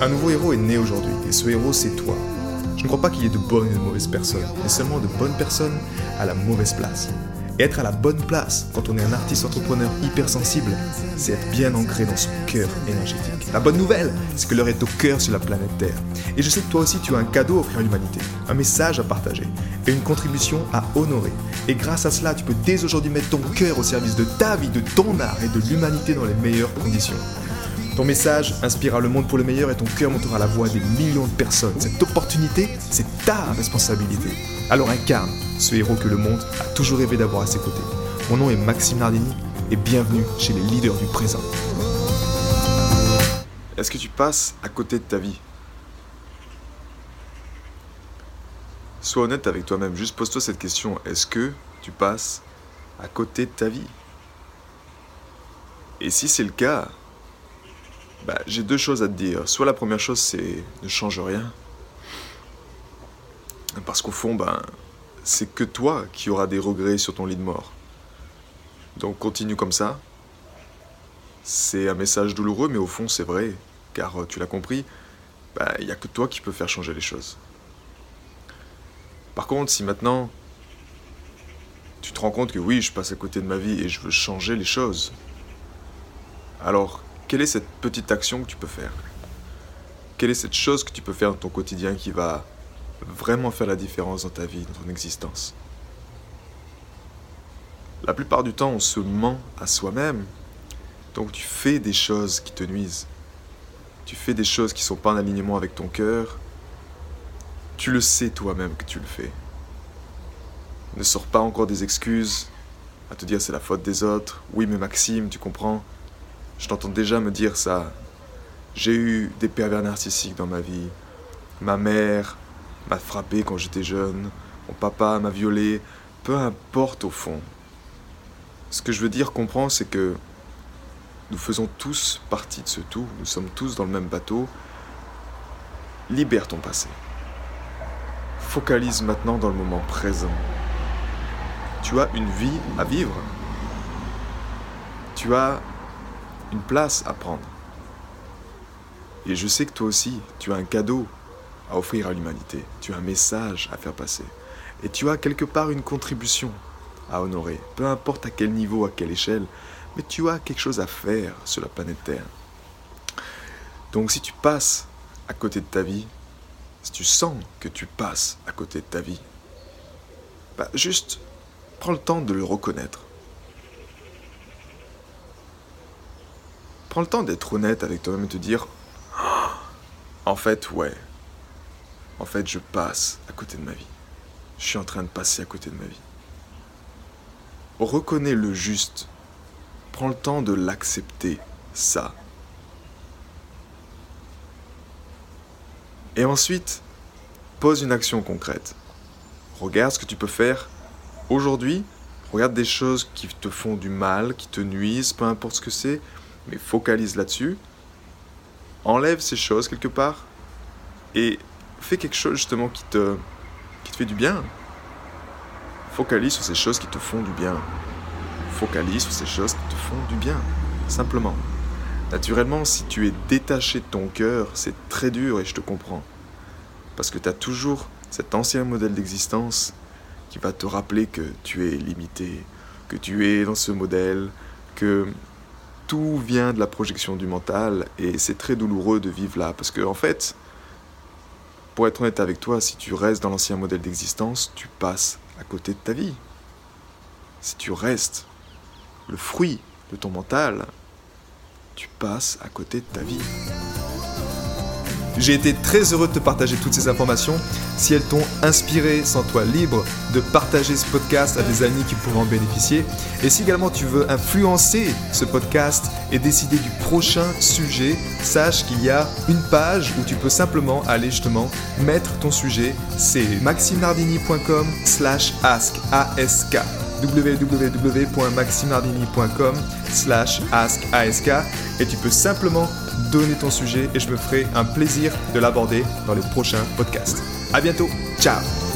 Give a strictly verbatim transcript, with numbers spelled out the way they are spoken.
Un nouveau héros est né aujourd'hui, et ce héros c'est toi. Je ne crois pas qu'il y ait de bonnes et de mauvaises personnes, mais seulement de bonnes personnes à la mauvaise place. Et être à la bonne place, quand on est un artiste entrepreneur hypersensible, c'est être bien ancré dans son cœur énergétique. La bonne nouvelle, c'est que l'heure est au cœur sur la planète Terre. Et je sais que toi aussi tu as un cadeau à offrir à l'humanité, un message à partager, et une contribution à honorer. Et grâce à cela, tu peux dès aujourd'hui mettre ton cœur au service de ta vie, de ton art et de l'humanité dans les meilleures conditions. Ton message inspirera le monde pour le meilleur et ton cœur montera la voix des millions de personnes. Cette opportunité, c'est ta responsabilité. Alors incarne ce héros que le monde a toujours rêvé d'avoir à ses côtés. Mon nom est Maxime Nardini et bienvenue chez les leaders du présent. Est-ce que tu passes à côté de ta vie ? Sois honnête avec toi-même, juste pose-toi cette question. Est-ce que tu passes à côté de ta vie ? Et si c'est le cas, bah, j'ai deux choses à te dire. Soit la première chose, c'est ne change rien. Parce qu'au fond, ben, c'est que toi qui auras des regrets sur ton lit de mort. Donc continue comme ça. C'est un message douloureux, mais au fond, c'est vrai. Car tu l'as compris, ben, il n'y a que toi qui peux faire changer les choses. Par contre, si maintenant, tu te rends compte que oui, je passe à côté de ma vie et je veux changer les choses, alors, quelle est cette petite action que tu peux faire ? Quelle est cette chose que tu peux faire dans ton quotidien qui va vraiment faire la différence dans ta vie, dans ton existence ? La plupart du temps, on se ment à soi-même. Donc tu fais des choses qui te nuisent. Tu fais des choses qui ne sont pas en alignement avec ton cœur. Tu le sais toi-même que tu le fais. Ne sors pas encore des excuses à te dire c'est la faute des autres. Oui, mais Maxime, tu comprends ? Je t'entends déjà me dire ça. J'ai eu des pervers narcissiques dans ma vie. Ma mère m'a frappé quand j'étais jeune. Mon papa m'a violé. Peu importe au fond. Ce que je veux dire, comprends, c'est que nous faisons tous partie de ce tout. Nous sommes tous dans le même bateau. Libère ton passé. Focalise maintenant dans le moment présent. Tu as une vie à vivre. Tu as une place à prendre. Et je sais que toi aussi, tu as un cadeau à offrir à l'humanité. Tu as un message à faire passer. Et tu as quelque part une contribution à honorer. Peu importe à quel niveau, à quelle échelle, mais tu as quelque chose à faire sur la planète Terre. Donc si tu passes à côté de ta vie, si tu sens que tu passes à côté de ta vie, bah juste prends le temps de le reconnaître. Prends le temps d'être honnête avec toi-même et te dire oh, en fait, ouais. En fait, je passe à côté de ma vie. Je suis en train de passer à côté de ma vie. Reconnais le juste. Prends le temps de l'accepter, ça. Et ensuite, pose une action concrète. Regarde ce que tu peux faire aujourd'hui. Regarde des choses qui te font du mal, qui te nuisent, peu importe ce que c'est. Mais focalise là-dessus, enlève ces choses quelque part et fais quelque chose justement qui te, qui te fait du bien. Focalise sur ces choses qui te font du bien. Focalise sur ces choses qui te font du bien, simplement. Naturellement, si tu es détaché de ton cœur, c'est très dur et je te comprends. Parce que tu as toujours cet ancien modèle d'existence qui va te rappeler que tu es limité, que tu es dans ce modèle, que tout vient de la projection du mental et c'est très douloureux de vivre là. Parce que en fait, pour être honnête avec toi, si tu restes dans l'ancien modèle d'existence, tu passes à côté de ta vie. Si tu restes le fruit de ton mental, tu passes à côté de ta vie. J'ai été très heureux de te partager toutes ces informations. Si elles t'ont inspiré, sens-toi libre de partager ce podcast à des amis qui pourraient en bénéficier. Et si également tu veux influencer ce podcast et décider du prochain sujet, sache qu'il y a une page où tu peux simplement aller justement mettre ton sujet. C'est maximenardini.com slash ask, A-S-K. w w w point maximenardini point com slash ask, A-S-K. Et tu peux simplement donner ton sujet et je me ferai un plaisir de l'aborder dans les prochains podcasts. À bientôt, ciao!